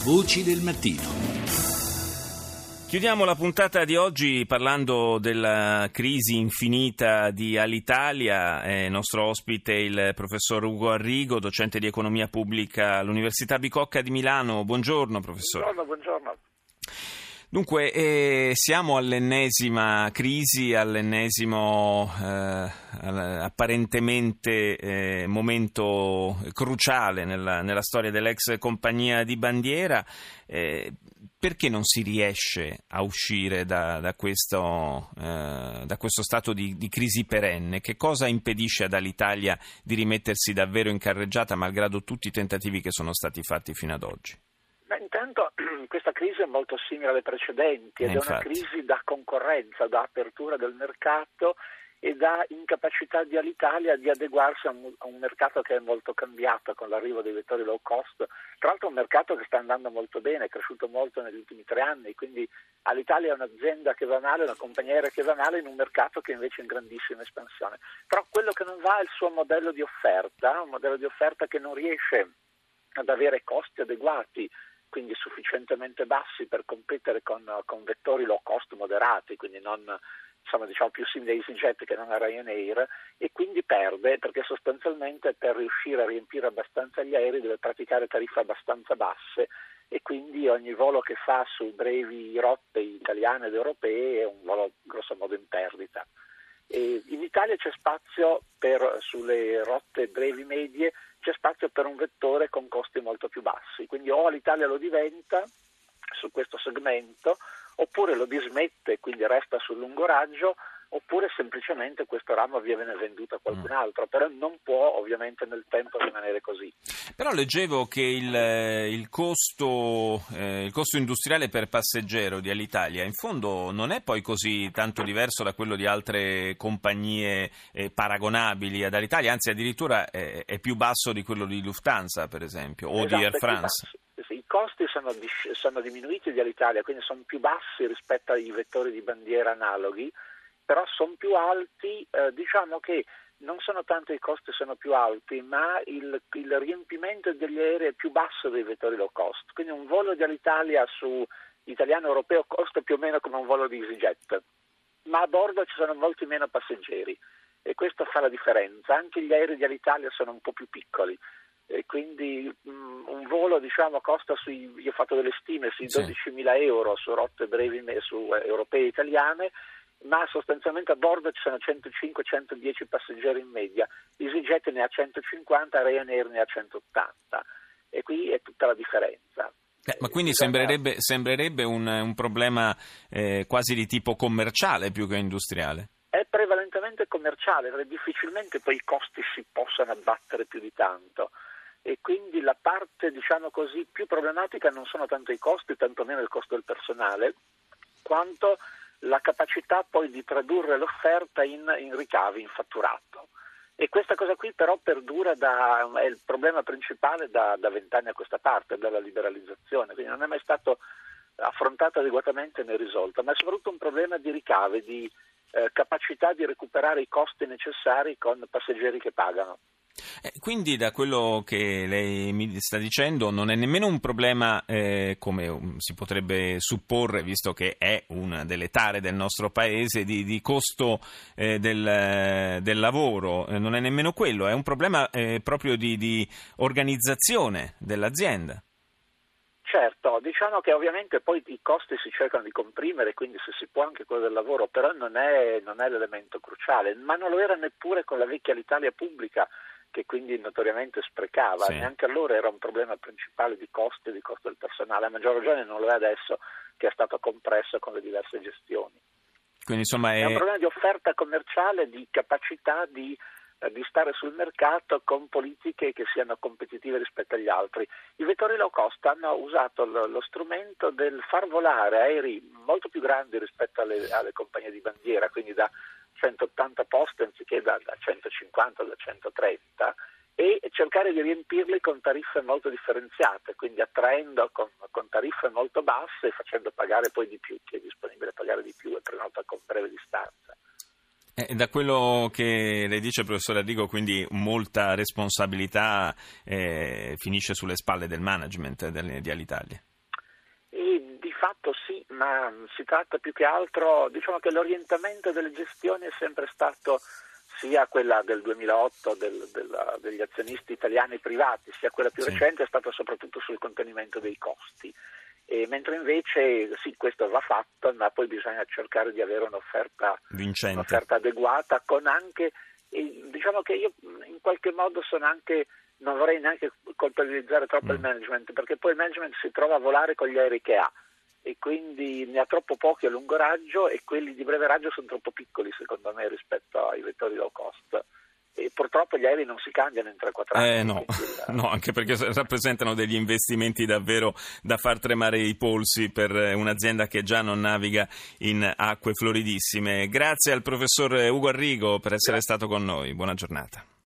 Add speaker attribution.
Speaker 1: Voci del mattino.
Speaker 2: Chiudiamo la puntata di oggi parlando della crisi infinita di Alitalia. Il nostro ospite è il professor Ugo Arrigo, docente di economia pubblica all'Università Bicocca di Milano. Buongiorno professore.
Speaker 3: Buongiorno.
Speaker 2: Dunque, siamo all'ennesima crisi, all'ennesimo apparentemente momento cruciale nella storia dell'ex compagnia di bandiera. Perché non si riesce a uscire da questo stato di crisi perenne? Che cosa impedisce ad Alitalia di rimettersi davvero in carreggiata, malgrado tutti i tentativi che sono stati fatti fino ad oggi?
Speaker 3: Intanto questa crisi è molto simile alle precedenti ed è una crisi da concorrenza, da apertura del mercato e da incapacità di Alitalia di adeguarsi a un mercato che è molto cambiato con l'arrivo dei vettori low cost. Tra l'altro un mercato che sta andando molto bene, è cresciuto molto negli ultimi 3 anni, quindi Alitalia è un'azienda che va male, una compagnia aerea che va male in un mercato che invece è in grandissima espansione. Però quello che non va è il suo modello di offerta, un modello di offerta che non riesce ad avere costi adeguati, quindi sufficientemente bassi per competere con vettori low cost moderati, quindi non più simili a EasyJet che non a Ryanair, e quindi perde perché sostanzialmente per riuscire a riempire abbastanza gli aerei deve praticare tariffe abbastanza basse e quindi ogni volo che fa su brevi rotte italiane ed europee è un volo grossomodo in perdita. E in Italia c'è spazio sulle rotte brevi medie, c'è spazio per un vettore con costi molto più bassi, quindi o l'Italia lo diventa su questo segmento, oppure lo dismette e quindi resta sul lungo raggio, oppure semplicemente questo ramo viene venduto a qualcun altro, però non può ovviamente nel tempo rimanere così.
Speaker 2: Però leggevo che il costo industriale per passeggero di Alitalia in fondo non è poi così tanto diverso da quello di altre compagnie paragonabili ad Alitalia, anzi addirittura è più basso di quello di Lufthansa per esempio, o di Air France.
Speaker 3: I costi sono diminuiti di Alitalia, quindi sono più bassi rispetto ai vettori di bandiera analoghi, però sono più alti, diciamo che non sono tanto i costi sono più alti, ma il riempimento degli aerei è più basso dei vettori low cost, quindi un volo di Alitalia su italiano europeo costa più o meno come un volo di EasyJet, ma a bordo ci sono molti meno passeggeri e questo fa la differenza. Anche gli aerei di Alitalia sono un po' più piccoli e quindi un volo costa io ho fatto delle stime sui 12.000 euro su rotte brevi su europee e italiane, ma sostanzialmente a bordo ci sono 105-110 passeggeri in media, EasyJet ne ha 150, Ryanair ne ha 180 e qui è tutta la differenza.
Speaker 2: Ma quindi sembrerebbe un problema quasi di tipo commerciale più che industriale?
Speaker 3: È prevalentemente commerciale, perché difficilmente poi i costi si possano abbattere più di tanto. E quindi la parte, più problematica non sono tanto i costi, tantomeno il costo del personale, quanto la capacità poi di tradurre l'offerta in ricavi, in fatturato. E questa cosa qui però perdura è il problema principale da 20 anni a questa parte, dalla liberalizzazione, quindi non è mai stato affrontato adeguatamente né risolto, ma è soprattutto un problema di ricavi, di capacità di recuperare i costi necessari con passeggeri che pagano.
Speaker 2: Quindi da quello che lei mi sta dicendo non è nemmeno un problema come si potrebbe supporre, visto che è una delle tare del nostro paese di costo del lavoro, non è nemmeno quello, è un problema proprio di organizzazione dell'azienda.
Speaker 3: Certo, che ovviamente poi i costi si cercano di comprimere, quindi se si può anche quello del lavoro, però non è l'elemento cruciale, ma non lo era neppure con la vecchia Alitalia pubblica, che quindi notoriamente sprecava, neanche allora era un problema principale di costo del personale, a maggior ragione non lo è adesso che è stato compresso con le diverse gestioni.
Speaker 2: Quindi insomma
Speaker 3: è un problema di offerta commerciale, di capacità di stare sul mercato con politiche che siano competitive rispetto agli altri. I vettori low cost hanno usato lo strumento del far volare aerei molto più grandi rispetto alle compagnie di bandiera, quindi da 180 posti anziché da 150 o da 130, e cercare di riempirli con tariffe molto differenziate, quindi attraendo con tariffe molto basse e facendo pagare poi di più chi è disponibile a pagare di più e prenota con breve distanza.
Speaker 2: Da quello che lei dice, professore Arrigo, quindi molta responsabilità finisce sulle spalle del management di Alitalia.
Speaker 3: fatto sì, ma si tratta più che altro, diciamo che l'orientamento delle gestioni è sempre stato sia quella del 2008 degli azionisti italiani privati, sia quella più recente è stata soprattutto sul contenimento dei costi. Mentre invece sì, questo va fatto, ma poi bisogna cercare di avere un'offerta adeguata, con anche, diciamo che io in qualche modo non vorrei neanche colpevolizzare troppo il management, perché poi il management si trova a volare con gli aerei che ha e quindi ne ha troppo pochi a lungo raggio e quelli di breve raggio sono troppo piccoli secondo me rispetto ai vettori low cost. E purtroppo gli aerei non si cambiano in 3-4 anni.
Speaker 2: No, anche perché rappresentano degli investimenti davvero da far tremare i polsi per un'azienda che già non naviga in acque floridissime. Grazie al professor Ugo Arrigo per essere stato con noi. Buona giornata.